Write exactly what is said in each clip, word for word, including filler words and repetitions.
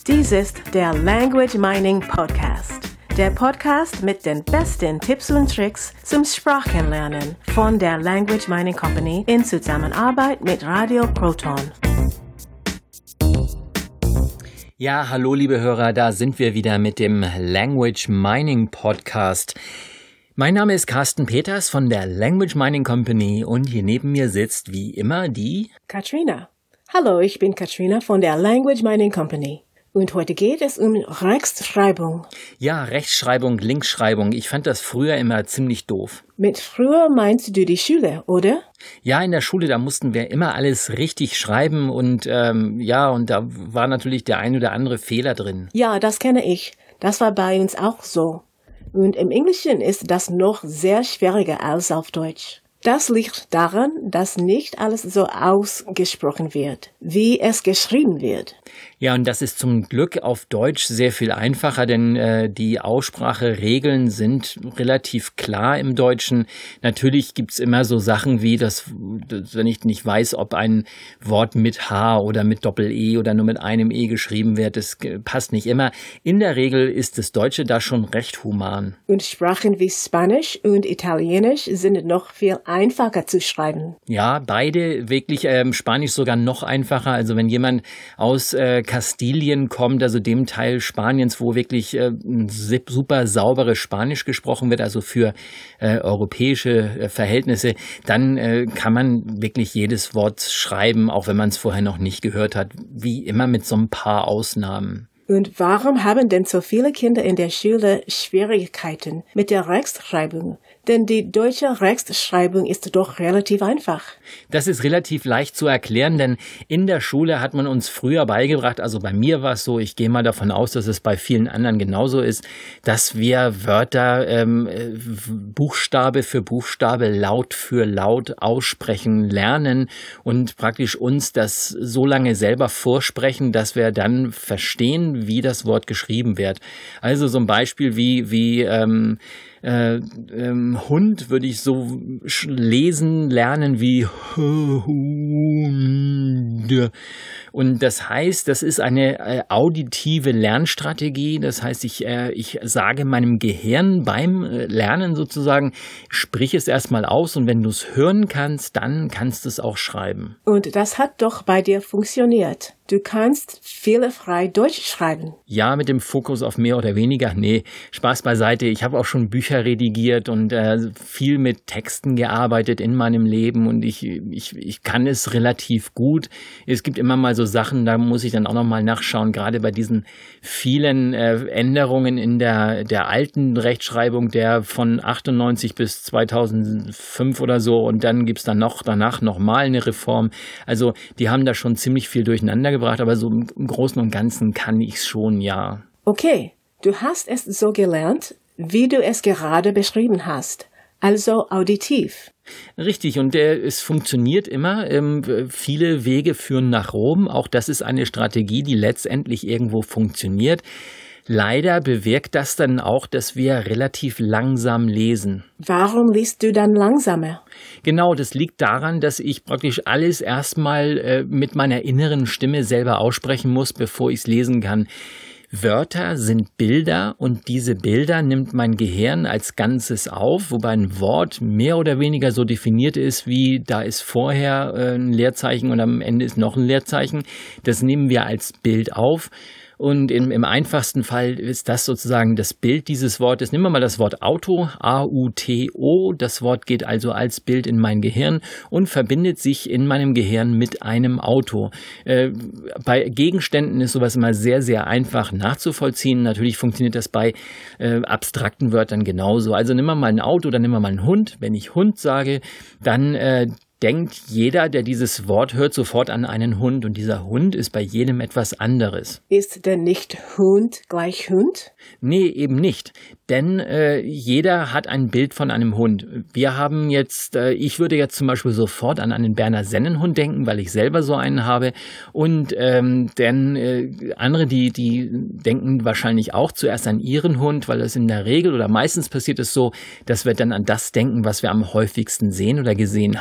Dies ist der Language Mining Podcast. Der Podcast mit den besten Tipps und Tricks zum Sprachenlernen von der Language Mining Company in Zusammenarbeit mit Radio Proton. Ja, hallo liebe Hörer, da sind wir wieder mit dem Language Mining Podcast. Mein Name ist Carsten Peters von der Language Mining Company und hier neben mir sitzt wie immer die Katrina. Hallo, ich bin Katrina von der Language Mining Company. Und heute geht es um Rechtschreibung. Ja, Rechtschreibung, Linkschreibung. Ich fand das früher immer ziemlich doof. Mit früher meinst du die Schule, oder? Ja, in der Schule, da mussten wir immer alles richtig schreiben und ähm, ja, und da war natürlich der ein oder andere Fehler drin. Ja, das kenne ich. Das war bei uns auch so. Und im Englischen ist das noch sehr schwieriger als auf Deutsch. Das liegt daran, dass nicht alles so ausgesprochen wird, wie es geschrieben wird. Ja, und das ist zum Glück auf Deutsch sehr viel einfacher, denn äh, die Ausspracheregeln sind relativ klar im Deutschen. Natürlich gibt's immer so Sachen wie, das, wenn ich nicht weiß, ob ein Wort mit H oder mit Doppel-E oder nur mit einem E geschrieben wird, das passt nicht immer. In der Regel ist das Deutsche da schon recht human. Und Sprachen wie Spanisch und Italienisch sind noch viel einfacher zu schreiben. Ja, beide wirklich, ähm, Spanisch sogar noch einfacher. Also wenn jemand aus äh, Kastilien kommt, also dem Teil Spaniens, wo wirklich äh, super sauberes Spanisch gesprochen wird, also für äh, europäische äh, Verhältnisse, dann äh, kann man wirklich jedes Wort schreiben, auch wenn man es vorher noch nicht gehört hat, wie immer mit so ein paar Ausnahmen. Und warum haben denn so viele Kinder in der Schule Schwierigkeiten mit der Rechtschreibung? Denn die deutsche Rechtschreibung ist doch relativ einfach. Das ist relativ leicht zu erklären, denn in der Schule hat man uns früher beigebracht, also bei mir war es so, ich gehe mal davon aus, dass es bei vielen anderen genauso ist, dass wir Wörter ähm, Buchstabe für Buchstabe, Laut für Laut aussprechen lernen und praktisch uns das so lange selber vorsprechen, dass wir dann verstehen, wie das Wort geschrieben wird. Also so ein Beispiel wie, wie ähm, Äh, ähm, Hund würde ich so lesen lernen wie Hund. Und das heißt, das ist eine äh, auditive Lernstrategie. Das heißt, ich, äh, ich sage meinem Gehirn beim äh, Lernen sozusagen, sprich es erstmal aus und wenn du es hören kannst, dann kannst du es auch schreiben. Und das hat doch bei dir funktioniert. Du kannst fehlerfrei Deutsch schreiben. Ja, mit dem Fokus auf mehr oder weniger. Nee, Spaß beiseite. Ich habe auch schon Bücher redigiert und äh, viel mit Texten gearbeitet in meinem Leben und ich, ich, ich kann es relativ gut. Es gibt immer mal so Sachen, da muss ich dann auch nochmal nachschauen, gerade bei diesen vielen äh, Änderungen in der, der alten Rechtschreibung, der von achtundneunzig bis zweitausendfünf oder so und dann gibt's dann noch danach nochmal eine Reform. Also die haben da schon ziemlich viel durcheinander gebracht, aber so im Großen und Ganzen kann ich's schon, ja. Okay, du hast es so gelernt, wie du es gerade beschrieben hast, also auditiv. Richtig, und äh, es funktioniert immer. Ähm, viele Wege führen nach Rom. Auch das ist eine Strategie, die letztendlich irgendwo funktioniert. Leider bewirkt das dann auch, dass wir relativ langsam lesen. Warum liest du dann langsamer? Genau, das liegt daran, dass ich praktisch alles erstmal äh, mit meiner inneren Stimme selber aussprechen muss, bevor ich es lesen kann. Wörter sind Bilder und diese Bilder nimmt mein Gehirn als Ganzes auf, wobei ein Wort mehr oder weniger so definiert ist, wie da ist vorher ein Leerzeichen und am Ende ist noch ein Leerzeichen. Das nehmen wir als Bild auf. Und im, im einfachsten Fall ist das sozusagen das Bild dieses Wortes. Nehmen wir mal das Wort Auto, A U T O. Das Wort geht also als Bild in mein Gehirn und verbindet sich in meinem Gehirn mit einem Auto. Äh, bei Gegenständen ist sowas immer sehr, sehr einfach nachzuvollziehen. Natürlich funktioniert das bei äh, abstrakten Wörtern genauso. Also nehmen wir mal ein Auto, dann nehmen wir mal einen Hund. Wenn ich Hund sage, dann äh, denkt jeder, der dieses Wort hört, sofort an einen Hund. Und dieser Hund ist bei jedem etwas anderes. Ist denn nicht Hund gleich Hund? Nee, eben nicht. Denn äh, jeder hat ein Bild von einem Hund. Wir haben jetzt, äh, ich würde jetzt zum Beispiel sofort an einen Berner Sennenhund denken, weil ich selber so einen habe. Und ähm, denn äh, andere, die, die denken wahrscheinlich auch zuerst an ihren Hund, weil es in der Regel oder meistens passiert es so, dass wir dann an das denken, was wir am häufigsten sehen oder gesehen haben.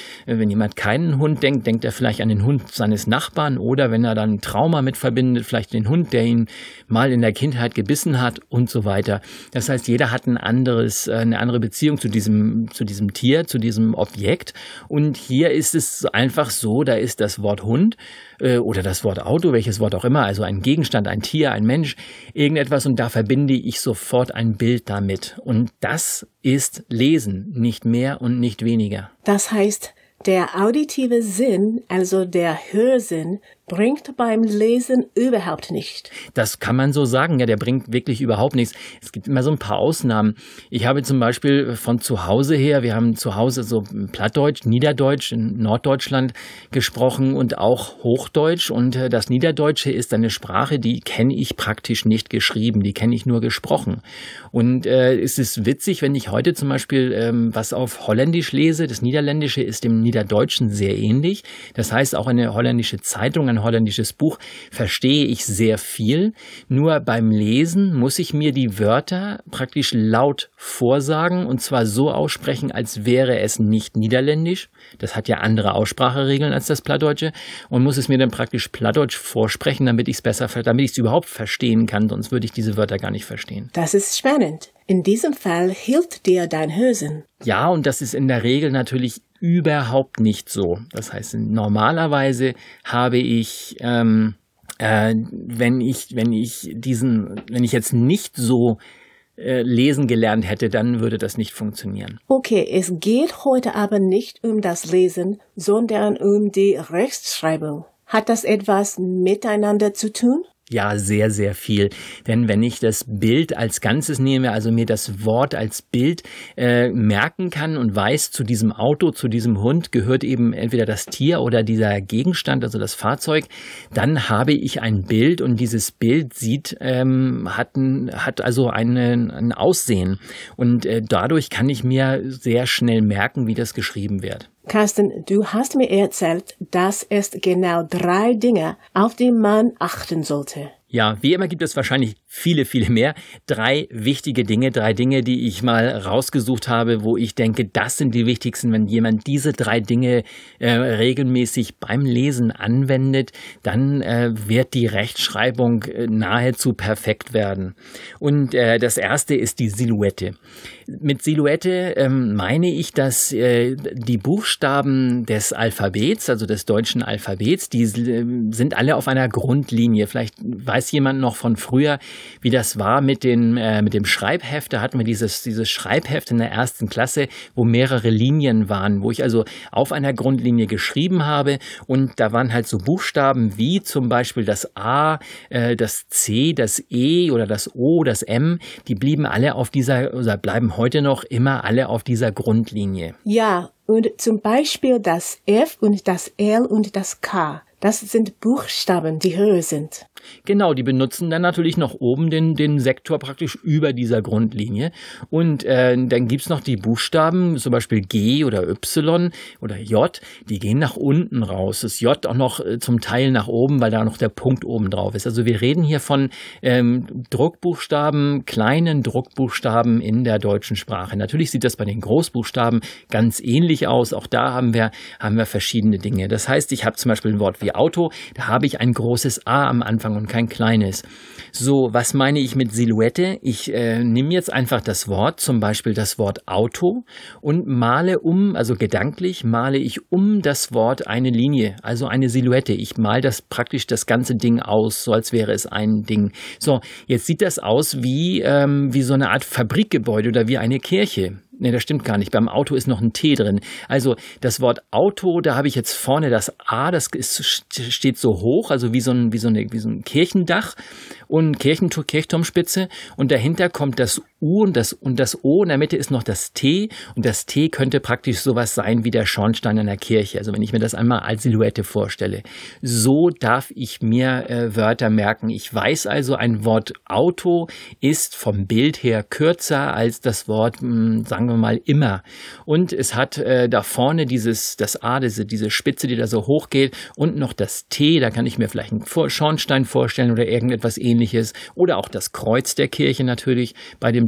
Wenn jemand keinen Hund denkt, denkt er vielleicht an den Hund seines Nachbarn oder wenn er dann ein Trauma mit verbindet, vielleicht den Hund, der ihn mal in der Kindheit gebissen hat und so weiter. Das heißt, jeder hat ein anderes, eine andere Beziehung zu diesem, zu diesem Tier, zu diesem Objekt. Und hier ist es einfach so, da ist das Wort Hund äh, oder das Wort Auto, welches Wort auch immer, also ein Gegenstand, ein Tier, ein Mensch, irgendetwas und da verbinde ich sofort ein Bild damit. Und das ist Lesen, nicht mehr und nicht weniger. Das heißt, der auditive Sinn, also der Hörsinn, bringt beim Lesen überhaupt nicht. Das kann man so sagen, ja, der bringt wirklich überhaupt nichts. Es gibt immer so ein paar Ausnahmen. Ich habe zum Beispiel von zu Hause her, wir haben zu Hause so Plattdeutsch, Niederdeutsch in Norddeutschland gesprochen und auch Hochdeutsch. Und das Niederdeutsche ist eine Sprache, die kenne ich praktisch nicht geschrieben, die kenne ich nur gesprochen. Und äh, es ist witzig, wenn ich heute zum Beispiel ähm, was auf Holländisch lese, das Niederländische ist dem Niederdeutschen sehr ähnlich. Das heißt, auch eine holländische Zeitung, ein holländisches Buch, verstehe ich sehr viel. Nur beim Lesen muss ich mir die Wörter praktisch laut vorsagen und zwar so aussprechen, als wäre es nicht Niederländisch. Das hat ja andere Ausspracheregeln als das Plattdeutsche und muss es mir dann praktisch Plattdeutsch vorsprechen, damit ich es besser, damit ich es überhaupt verstehen kann, sonst würde ich diese Wörter gar nicht verstehen. Das ist spannend. In diesem Fall hilft dir dein Hörsinn. Ja, und das ist in der Regel natürlich überhaupt nicht so. Das heißt, normalerweise habe ich, ähm, äh, wenn ich, wenn ich diesen, wenn ich jetzt nicht so äh, lesen gelernt hätte, dann würde das nicht funktionieren. Okay, es geht heute aber nicht um das Lesen, sondern um die Rechtschreibung. Hat das etwas miteinander zu tun? Ja, sehr, sehr viel. Denn wenn ich das Bild als Ganzes nehme, also mir das Wort als Bild äh, merken kann und weiß, zu diesem Auto, zu diesem Hund gehört eben entweder das Tier oder dieser Gegenstand, also das Fahrzeug, dann habe ich ein Bild und dieses Bild sieht, ähm, hat, ein, hat also eine, ein Aussehen. Und äh, dadurch kann ich mir sehr schnell merken, wie das geschrieben wird. Carsten, du hast mir erzählt, dass es genau drei Dinge, auf die man achten sollte. Ja, wie immer gibt es wahrscheinlich viele, viele mehr. Drei wichtige Dinge, drei Dinge, die ich mal rausgesucht habe, wo ich denke, das sind die wichtigsten. Wenn jemand diese drei Dinge äh, regelmäßig beim Lesen anwendet, dann äh, wird die Rechtschreibung äh, nahezu perfekt werden. Und äh, das erste ist die Silhouette. Mit Silhouette ähm, meine ich, dass äh, die Buchstaben des Alphabets, also des deutschen Alphabets, die äh, sind alle auf einer Grundlinie. Vielleicht weiß jemand noch von früher, wie das war mit, den, äh, mit dem Schreibheft. Da hatten wir dieses, dieses Schreibheft in der ersten Klasse, wo mehrere Linien waren, wo ich also auf einer Grundlinie geschrieben habe und da waren halt so Buchstaben wie zum Beispiel das A, äh, das C, das E oder das O, das M, die blieben alle auf dieser, oder bleiben heute noch immer alle auf dieser Grundlinie. Ja, und zum Beispiel das F und das L und das K. Das sind Buchstaben, die höher sind. Genau, die benutzen dann natürlich noch oben den, den Sektor praktisch über dieser Grundlinie. Und äh, dann gibt's noch die Buchstaben, zum Beispiel G oder Y oder J, die gehen nach unten raus. Das J auch noch äh, zum Teil nach oben, weil da noch der Punkt oben drauf ist. Also wir reden hier von ähm, Druckbuchstaben, kleinen Druckbuchstaben in der deutschen Sprache. Natürlich sieht das bei den Großbuchstaben ganz ähnlich aus. Auch da haben wir, haben wir verschiedene Dinge. Das heißt, ich habe zum Beispiel ein Wort wie Auto, da habe ich ein großes A am Anfang und kein kleines. So, was meine ich mit Silhouette? Ich äh, nehme jetzt einfach das Wort, zum Beispiel das Wort Auto und male um, also gedanklich male ich um das Wort eine Linie, also eine Silhouette. Ich male das praktisch das ganze Ding aus, so als wäre es ein Ding. So, jetzt sieht das aus wie, ähm, wie so eine Art Fabrikgebäude oder wie eine Kirche. Nee, das stimmt gar nicht. Beim Auto ist noch ein T drin. Also das Wort Auto, da habe ich jetzt vorne das A, das ist, steht so hoch, also wie so ein, wie so eine, wie so ein Kirchendach und Kirchen, Kirchturmspitze. Und dahinter kommt das U und das, und das O. In der Mitte ist noch das T. Und das T könnte praktisch sowas sein wie der Schornstein einer Kirche. Also wenn ich mir das einmal als Silhouette vorstelle. So darf ich mir äh, Wörter merken. Ich weiß also, ein Wort Auto ist vom Bild her kürzer als das Wort, mh, sagen wir mal, immer. Und es hat äh, da vorne dieses, das A, diese, diese Spitze, die da so hoch geht und noch das T, da kann ich mir vielleicht einen Schornstein vorstellen oder irgendetwas Ähnliches oder auch das Kreuz der Kirche natürlich bei dem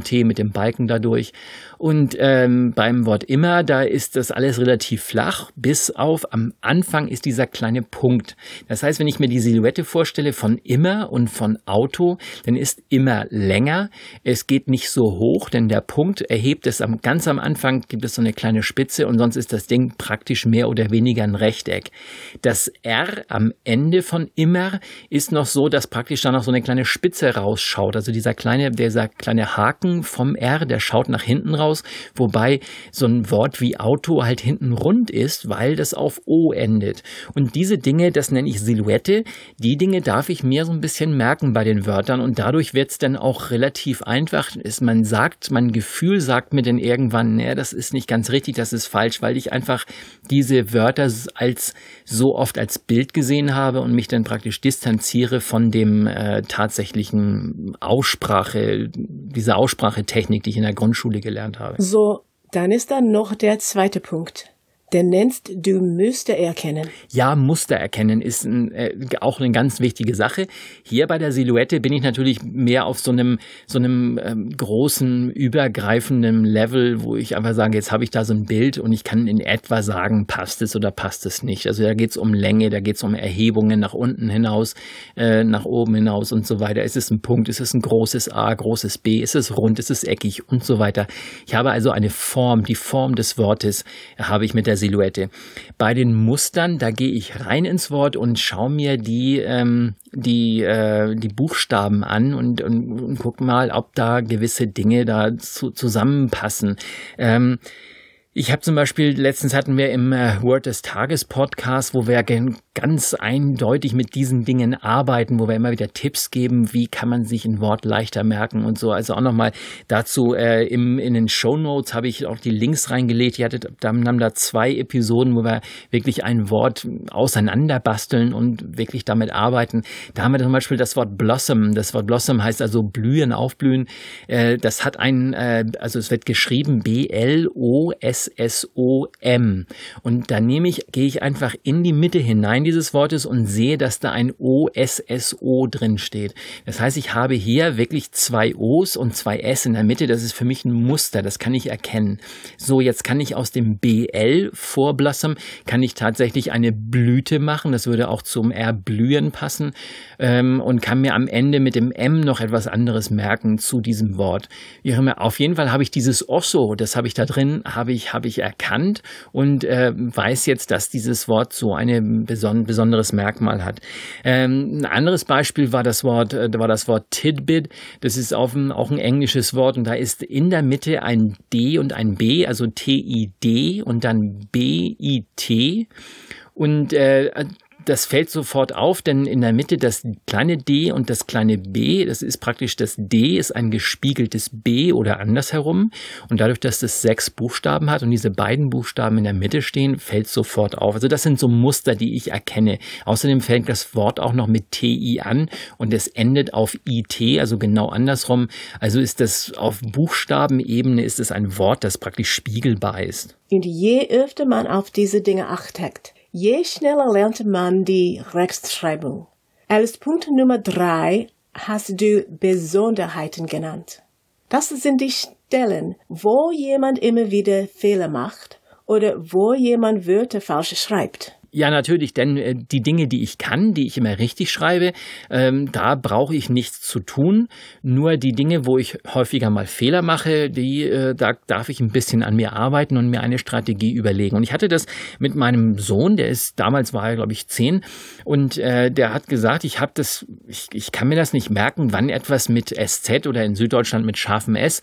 T mit dem Balken dadurch. Und ähm, beim Wort immer, da ist das alles relativ flach, bis auf am Anfang ist dieser kleine Punkt. Das heißt, wenn ich mir die Silhouette vorstelle von immer und von Auto, dann ist immer länger. Es geht nicht so hoch, denn der Punkt erhebt es am, ganz am Anfang, gibt es so eine kleine Spitze und sonst ist das Ding praktisch mehr oder weniger ein Rechteck. Das R am Ende von immer ist noch so, dass praktisch da noch so eine kleine Spitze rausschaut. Also dieser kleine, dieser kleine Haken vom R, der schaut nach hinten raus. Wobei so ein Wort wie Auto halt hinten rund ist, weil das auf O endet. Und diese Dinge, das nenne ich Silhouette, die Dinge darf ich mir so ein bisschen merken bei den Wörtern und dadurch wird es dann auch relativ einfach. Ist, man sagt, mein Gefühl sagt mir dann irgendwann, nee, das ist nicht ganz richtig, das ist falsch, weil ich einfach diese Wörter als so oft als Bild gesehen habe und mich dann praktisch distanziere von dem äh, tatsächlichen Aussprache, dieser Aussprachetechnik, die ich in der Grundschule gelernt habe. So, dann ist da noch der zweite Punkt. Den nennst du Muster erkennen. Ja, Muster erkennen ist ein, äh, auch eine ganz wichtige Sache. Hier bei der Silhouette bin ich natürlich mehr auf so einem so einem ähm, großen, übergreifenden Level, wo ich einfach sage, jetzt habe ich da so ein Bild und ich kann in etwa sagen, passt es oder passt es nicht. Also da geht es um Länge, da geht es um Erhebungen nach unten hinaus, äh, nach oben hinaus und so weiter. Ist es ein Punkt, ist es ein großes A, großes B, ist es rund, ist es eckig und so weiter. Ich habe also eine Form, die Form des Wortes habe ich mit der Silhouette. Bei den Mustern, da gehe ich rein ins Wort und schaue mir die, ähm, die, äh, die Buchstaben an und, und, und gucke mal, ob da gewisse Dinge da zu, zusammenpassen. Ähm, Ich habe zum Beispiel, letztens hatten wir im äh, Word des Tages Podcast, wo wir ganz eindeutig mit diesen Dingen arbeiten, wo wir immer wieder Tipps geben, wie kann man sich ein Wort leichter merken und so. Also auch nochmal dazu, äh, im, in den Shownotes habe ich auch die Links reingelegt. Die hatte, da haben da zwei Episoden, wo wir wirklich ein Wort auseinanderbasteln und wirklich damit arbeiten. Da haben wir zum Beispiel das Wort Blossom. Das Wort Blossom heißt also blühen, aufblühen. Äh, das hat ein, äh, also es wird geschrieben B L O S S O M. Und da nehme ich, gehe ich einfach in die Mitte hinein dieses Wortes und sehe, dass da ein O S S O drin steht. Das heißt, ich habe hier wirklich zwei O's und zwei S in der Mitte. Das ist für mich ein Muster, das kann ich erkennen. So, jetzt kann ich aus dem B L vor Blossom, kann ich tatsächlich eine Blüte machen. Das würde auch zum Erblühen passen. Ähm, und kann mir am Ende mit dem M noch etwas anderes merken zu diesem Wort. Wie auch immer, auf jeden Fall habe ich dieses Osso, das habe ich da drin, habe ich habe ich erkannt und äh, weiß jetzt, dass dieses Wort so ein beson- besonderes Merkmal hat. Ähm, ein anderes Beispiel war das Wort, äh, war das Wort Tidbit. Das ist auch ein, auch ein englisches Wort und da ist in der Mitte ein D und ein B, also T I D und dann B I T und äh, das fällt sofort auf, denn in der Mitte das kleine D und das kleine B, das ist praktisch, das D ist ein gespiegeltes B oder andersherum. Und dadurch, dass das sechs Buchstaben hat und diese beiden Buchstaben in der Mitte stehen, fällt sofort auf. Also das sind so Muster, die ich erkenne. Außerdem fängt das Wort auch noch mit T I an und es endet auf I T, also genau andersrum. Also ist das auf Buchstabenebene ist es ein Wort, das praktisch spiegelbar ist. Und je öfter man auf diese Dinge achtet, je schneller lernt man die Rechtschreibung. Als Punkt Nummer drei hast du Besonderheiten genannt. Das sind die Stellen, wo jemand immer wieder Fehler macht oder wo jemand Wörter falsch schreibt. Ja, natürlich, denn äh, die Dinge, die ich kann, die ich immer richtig schreibe, ähm, da brauche ich nichts zu tun. Nur die Dinge, wo ich häufiger mal Fehler mache, die, äh, da darf ich ein bisschen an mir arbeiten und mir eine Strategie überlegen. Und ich hatte das mit meinem Sohn, der ist, damals war er, glaube ich, zehn, und äh, der hat gesagt, ich habe das, ich, ich kann mir das nicht merken, wann etwas mit S Z oder in Süddeutschland mit scharfem S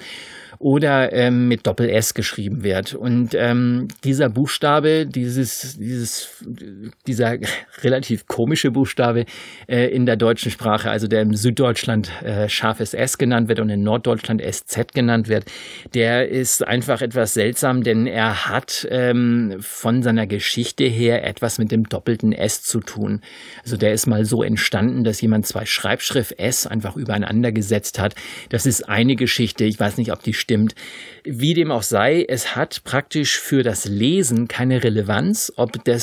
oder ähm, mit Doppel-S geschrieben wird. Und ähm, dieser Buchstabe, dieses, dieses, dieser relativ komische Buchstabe äh, in der deutschen Sprache, also der in Süddeutschland äh, scharfes S genannt wird und in Norddeutschland S Z genannt wird, der ist einfach etwas seltsam, denn er hat ähm, von seiner Geschichte her etwas mit dem doppelten S zu tun. Also der ist mal so entstanden, dass jemand zwei Schreibschrift S einfach übereinander gesetzt hat. Das ist eine Geschichte, ich weiß nicht, ob die stimmt. Wie dem auch sei, es hat praktisch für das Lesen keine Relevanz, ob, das, ob diese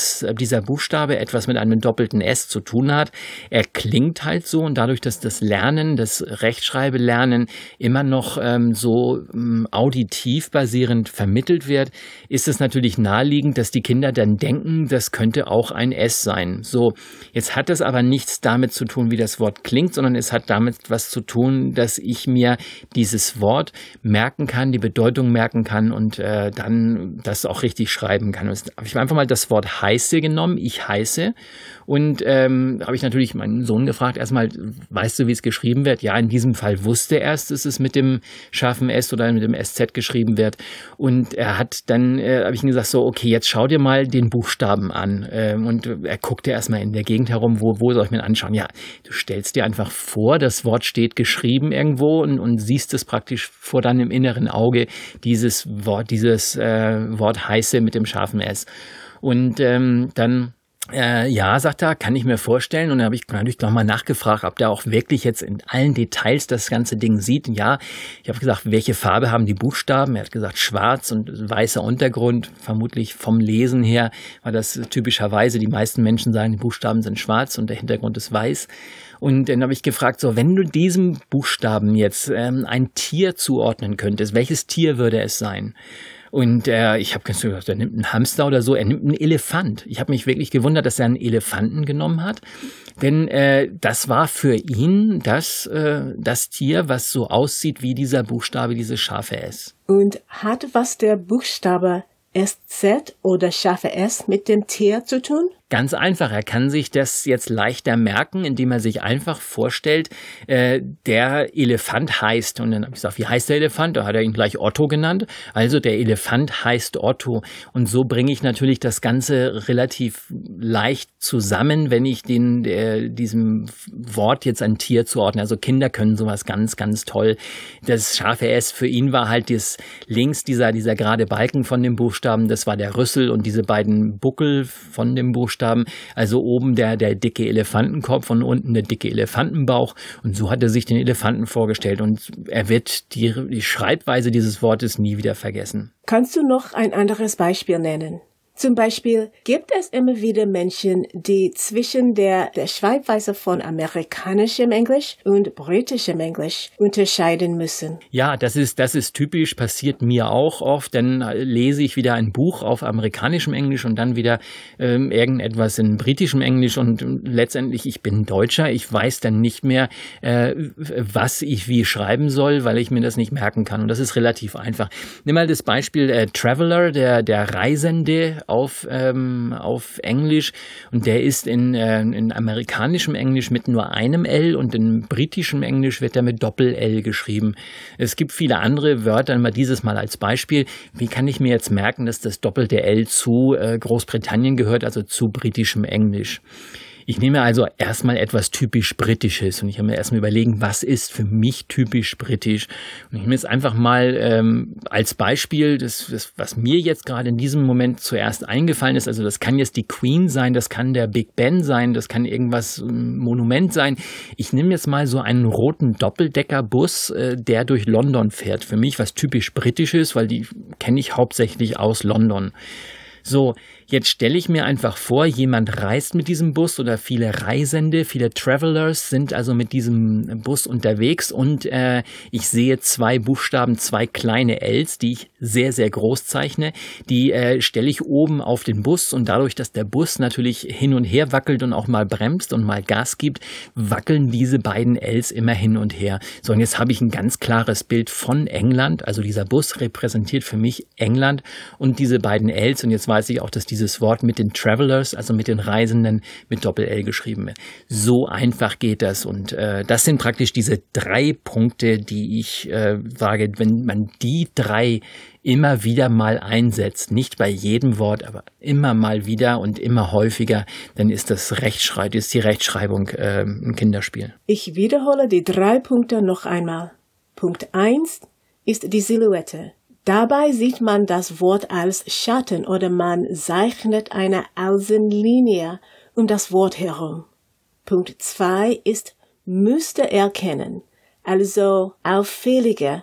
dieser Buchstabe etwas mit einem doppelten S zu tun hat. Er klingt halt so und dadurch, dass das Lernen, das Rechtschreibelernen immer noch ähm, so ähm, auditiv basierend vermittelt wird, ist es natürlich naheliegend, dass die Kinder dann denken, das könnte auch ein S sein. So, jetzt hat das aber nichts damit zu tun, wie das Wort klingt, sondern es hat damit was zu tun, dass ich mir dieses Wort merken kann, die Bedeutung merken kann und äh, dann das auch richtig schreiben kann. Ich habe einfach mal das Wort heiße genommen, ich heiße, und ähm, habe ich natürlich meinen Sohn gefragt, erstmal, weißt du, wie es geschrieben wird? Ja, in diesem Fall wusste er erst, dass es mit dem scharfen S oder mit dem S Z geschrieben wird, und er hat dann, äh, habe ich ihm gesagt, so, okay, jetzt schau dir mal den Buchstaben an, ähm, und er guckte erstmal in der Gegend herum, wo, wo soll ich mir anschauen? Ja, du stellst dir einfach vor, das Wort steht geschrieben irgendwo und, und siehst es praktisch vor deinem inneren Auge, dieses Wort, dieses äh, Wort heiße mit dem scharfen S. Und ähm, dann Äh, ja, sagt er, kann ich mir vorstellen. Und dann habe ich natürlich nochmal nachgefragt, ob der auch wirklich jetzt in allen Details das ganze Ding sieht. Und ja, ich habe gesagt, welche Farbe haben die Buchstaben? Er hat gesagt, schwarz und weißer Untergrund. Vermutlich vom Lesen her, weil das typischerweise die meisten Menschen sagen, die Buchstaben sind schwarz und der Hintergrund ist weiß. Und dann habe ich gefragt, so, wenn du diesem Buchstaben jetzt ähm, ein Tier zuordnen könntest, welches Tier würde es sein? Und äh, ich habe gesagt, er nimmt einen Hamster oder so, er nimmt einen Elefant. Ich habe mich wirklich gewundert, dass er einen Elefanten genommen hat, denn äh, das war für ihn das, äh, das Tier, was so aussieht wie dieser Buchstabe, dieses scharfe S. Und hat was der Buchstabe S Z oder scharfe S mit dem Tier zu tun? Ganz einfach, er kann sich das jetzt leichter merken, indem er sich einfach vorstellt, äh, der Elefant heißt, und dann habe ich gesagt, wie heißt der Elefant? Da hat er ihn gleich Otto genannt, also der Elefant heißt Otto, und so bringe ich natürlich das Ganze relativ leicht zusammen, wenn ich den, äh, diesem Wort jetzt ein Tier zuordne. Also Kinder können sowas ganz, ganz toll. Das scharfe S für ihn war halt das links dieser, dieser gerade Balken von dem Buchstaben, das war der Rüssel, und diese beiden Buckel von dem Buchstaben, also oben der, der dicke Elefantenkopf und unten der dicke Elefantenbauch, und so hat er sich den Elefanten vorgestellt, und er wird die, die Schreibweise dieses Wortes nie wieder vergessen. Kannst du noch ein anderes Beispiel nennen? Zum Beispiel gibt es immer wieder Menschen, die zwischen der, der Schreibweise von amerikanischem Englisch und britischem Englisch unterscheiden müssen. Ja, das ist, das ist typisch, passiert mir auch oft. Dann lese ich wieder ein Buch auf amerikanischem Englisch und dann wieder ähm, irgendetwas in britischem Englisch, und letztendlich, ich bin Deutscher, ich weiß dann nicht mehr, äh, was ich wie schreiben soll, weil ich mir das nicht merken kann, und das ist relativ einfach. Nimm mal das Beispiel äh, Traveler, der, der Reisende auf, ähm, auf Englisch, und der ist in, äh, in amerikanischem Englisch mit nur einem L, und in britischem Englisch wird er mit Doppel-L geschrieben. Es gibt viele andere Wörter, mal dieses Mal als Beispiel. Wie kann ich mir jetzt merken, dass das doppelte L zu äh, Großbritannien gehört, also zu britischem Englisch? Ich nehme also erstmal etwas typisch Britisches, und ich habe mir erstmal überlegen, was ist für mich typisch britisch. Und ich nehme jetzt einfach mal ähm, als Beispiel, das, das, was mir jetzt gerade in diesem Moment zuerst eingefallen ist, also das kann jetzt die Queen sein, das kann der Big Ben sein, das kann irgendwas, ein Monument sein. Ich nehme jetzt mal so einen roten Doppeldeckerbus, äh, der durch London fährt. Für mich was typisch Britisches, weil die kenne ich hauptsächlich aus London. So, jetzt stelle ich mir einfach vor, jemand reist mit diesem Bus, oder viele Reisende, viele Travelers sind also mit diesem Bus unterwegs, und äh, ich sehe zwei Buchstaben, zwei kleine Ls, die ich sehr, sehr groß zeichne. Die äh, stelle ich oben auf den Bus, und dadurch, dass der Bus natürlich hin und her wackelt und auch mal bremst und mal Gas gibt, wackeln diese beiden Ls immer hin und her. So, und jetzt habe ich ein ganz klares Bild von England, also dieser Bus repräsentiert für mich England und diese beiden Ls, und jetzt weiß ich auch, dass dieses Wort mit den Travelers, also mit den Reisenden, mit Doppel-L geschrieben wird. So einfach geht das, und äh, das sind praktisch diese drei Punkte, die ich äh, sage, wenn man die drei immer wieder mal einsetzt, nicht bei jedem Wort, aber immer mal wieder und immer häufiger, dann ist das Rechtschreib, ist die Rechtschreibung äh, ein Kinderspiel. Ich wiederhole die drei Punkte noch einmal. Punkt eins ist die Silhouette. Dabei sieht man das Wort als Schatten, oder man zeichnet eine Außenlinie um das Wort herum. Punkt zwei ist Muster erkennen, also auffällige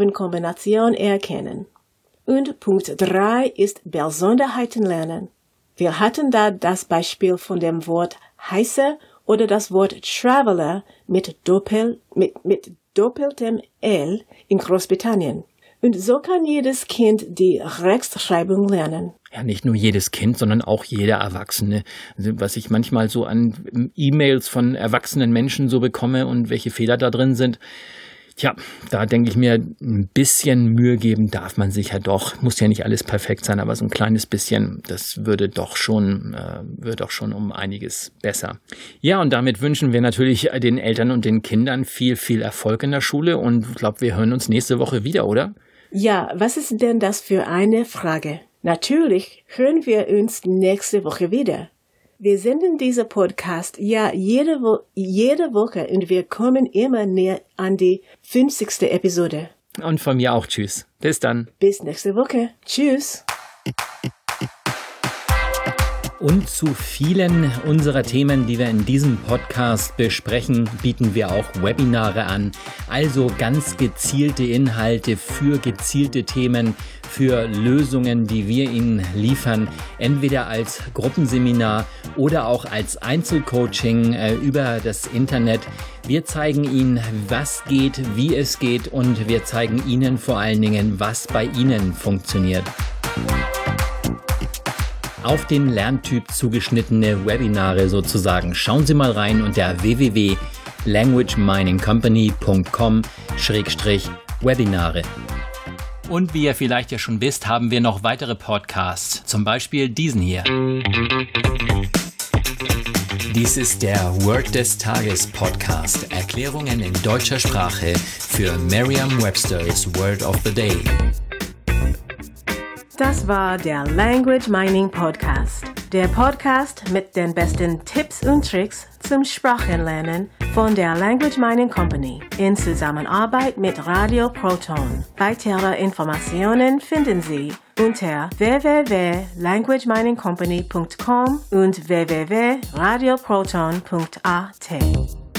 Buchstabenkombination erkennen. Und Punkt drei ist Besonderheiten lernen. Wir hatten da das Beispiel von dem Wort heißer oder das Wort Traveler mit, Doppel, mit, mit doppeltem L in Großbritannien. Und so kann jedes Kind die Rechtschreibung lernen. Ja, nicht nur jedes Kind, sondern auch jeder Erwachsene. Was ich manchmal so an E-Mails von erwachsenen Menschen so bekomme und welche Fehler da drin sind. Tja, da denke ich mir, ein bisschen Mühe geben darf man sich ja doch. Muss ja nicht alles perfekt sein, aber so ein kleines bisschen, das würde doch schon, äh, würde doch schon um einiges besser. Ja, und damit wünschen wir natürlich den Eltern und den Kindern viel, viel Erfolg in der Schule und ich glaube, wir hören uns nächste Woche wieder, oder? Ja, was ist denn das für eine Frage? Natürlich hören wir uns nächste Woche wieder. Wir senden diesen Podcast ja jede, Wo- jede Woche und wir kommen immer näher an die fünfzigste Episode. Und von mir auch tschüss. Bis dann. Bis nächste Woche. Tschüss. Und zu vielen unserer Themen, die wir in diesem Podcast besprechen, bieten wir auch Webinare an. Also ganz gezielte Inhalte für gezielte Themen, für Lösungen, die wir Ihnen liefern, entweder als Gruppenseminar oder auch als Einzelcoaching äh, über das Internet. Wir zeigen Ihnen, was geht, wie es geht und wir zeigen Ihnen vor allen Dingen, was bei Ihnen funktioniert. Auf den Lerntyp zugeschnittene Webinare sozusagen. Schauen Sie mal rein unter w w w punkt language mining company punkt com Schrägstrich Webinare. Und wie ihr vielleicht ja schon wisst, haben wir noch weitere Podcasts, zum Beispiel diesen hier. Dies ist der Word des Tages Podcast. Erklärungen in deutscher Sprache für Merriam-Webster's Word of the Day. Das war der Language Mining Podcast. Der Podcast mit den besten Tipps und Tricks zum Sprachenlernen von der Language Mining Company in Zusammenarbeit mit Radio Proton. Weitere Informationen finden Sie unter w w w punkt language mining company punkt com und w w w punkt radio proton punkt a t.